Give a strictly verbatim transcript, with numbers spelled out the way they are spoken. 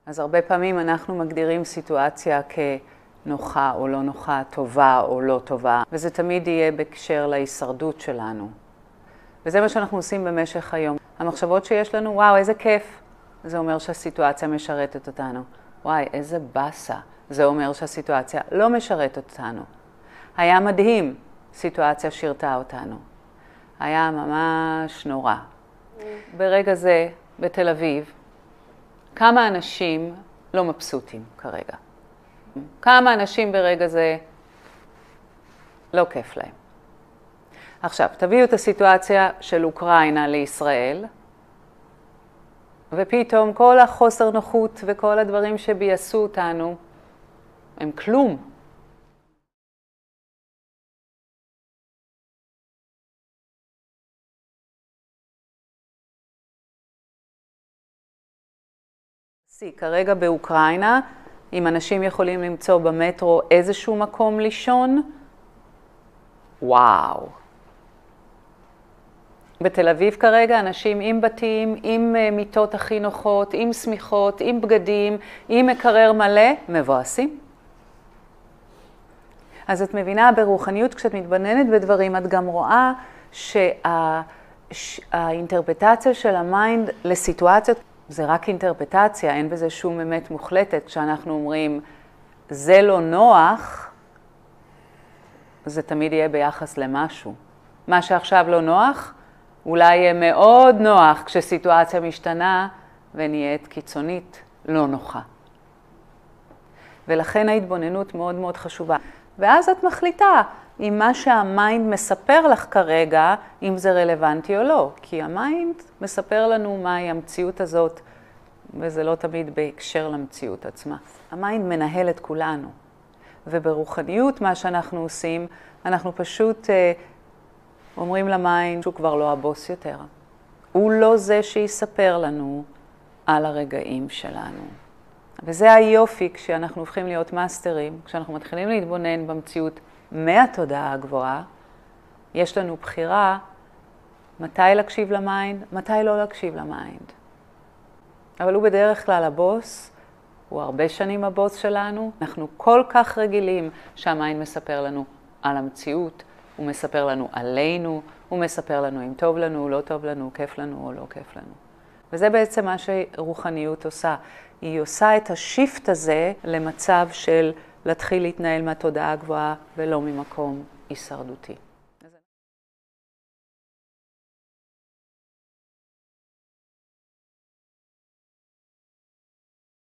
אז הרבה פעמים אנחנו מגדירים סיטואציה כנוחה או לא נוחה, טובה או לא טובה, וזה תמיד יהיה בקשר להישרדות שלנו. וזה מה שאנחנו עושים במשך היום. המחשבות שיש לנו, וואו, איזה כיף, זה אומר שהסיטואציה משרתת אותנו. וואי, איזה בסה, זה אומר שהסיטואציה לא משרתת אותנו. היה מדהים, סיטואציה שירתה אותנו. היה ממש נורא. ברגע זה, בתל אביב, כמה אנשים לא מבסוטים כרגע. כמה אנשים ברגע זה לא כיף להם. עכשיו, תביאו את הסיטואציה של אוקראינה לישראל, ופתאום כל החוסר נוחות וכל הדברים שביאסו אותנו, הם כלום. כרגע באוקראינה, אם אנשים יכולים למצוא במטרו איזשהו מקום לישון, וואו. בתל אביב כרגע אנשים עם בתים, עם מיטות הכי נוחות, עם סמיכות, עם בגדים, עם מקרר מלא, מבואסים. אז את מבינה ברוחניות, כשאת מתבוננת בדברים, את גם רואה שהאינטרפטציה של המיינד לסיטואציות, זה רק אינטרפטציה, אין בזה שום אמת מוחלטת. כשאנחנו אומרים, זה לא נוח, זה תמיד יהיה ביחס למשהו. מה שעכשיו לא נוח, אולי יהיה מאוד נוח כשסיטואציה משתנה ונהיית קיצונית, לא נוחה. ולכן ההתבוננות מאוד מאוד חשובה. ואז את מחליטה אם מה שהמיינד מספר לך כרגע, אם זה רלוונטי או לא. כי המיינד מספר לנו מהי המציאות הזאת, וזה לא תמיד בהקשר למציאות עצמה. המיינד מנהל את כולנו. וברוחניות מה שאנחנו עושים, אנחנו פשוט אה, אומרים למיינד שהוא כבר לא הבוס יותר. הוא לא זה שיספר לנו על הרגעים שלנו. וזה היופי כשאנחנו הופכים להיות מאסטרים, כשאנחנו מתחילים להתבונן במציאות מהתודעה הגבוהה, יש לנו בחירה מתי להקשיב למיינד, מתי לא להקשיב למיינד. אבל הוא בדרך כלל הבוס, הוא הרבה שנים הבוס שלנו. אנחנו כל כך רגילים שהמיינד מספר לנו על המציאות, הוא מספר לנו עלינו, הוא מספר לנו אם טוב לנו, לא טוב לנו, כיף לנו או לא כיף לנו. וזה בעצם מה שרוחניות עושה. היא עושה את השיפט הזה למצב של להתחיל להתנהל מהתודעה הגבוהה ולא ממקום הישרדותי.